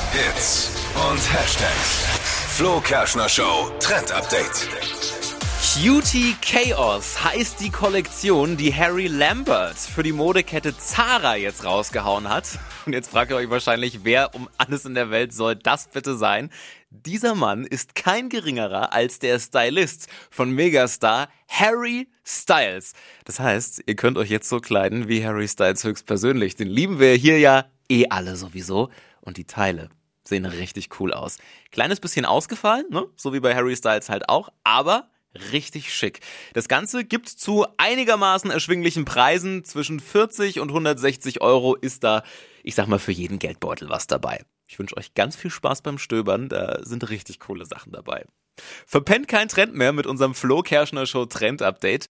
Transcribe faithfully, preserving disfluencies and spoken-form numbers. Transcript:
Hits und Hashtags. Flo Kerschner Show Trend Update. Cutie Chaos heißt die Kollektion, die Harry Lambert für die Modekette Zara jetzt rausgehauen hat. Und jetzt fragt ihr euch wahrscheinlich, wer um alles in der Welt soll das bitte sein? Dieser Mann ist kein geringerer als der Stylist von Megastar Harry Styles. Das heißt, ihr könnt euch jetzt so kleiden wie Harry Styles höchstpersönlich. Den lieben wir hier ja eh alle sowieso. Und die Teile sehen richtig cool aus. Kleines bisschen ausgefallen, ne? So wie bei Harry Styles halt auch, aber richtig schick. Das Ganze gibt's zu einigermaßen erschwinglichen Preisen. Zwischen vierzig und hundertsechzig Euro ist da, ich sag mal, für jeden Geldbeutel was dabei. Ich wünsche euch ganz viel Spaß beim Stöbern, da sind richtig coole Sachen dabei. Verpennt kein Trend mehr mit unserem Flo Kerschner Show Trend Update.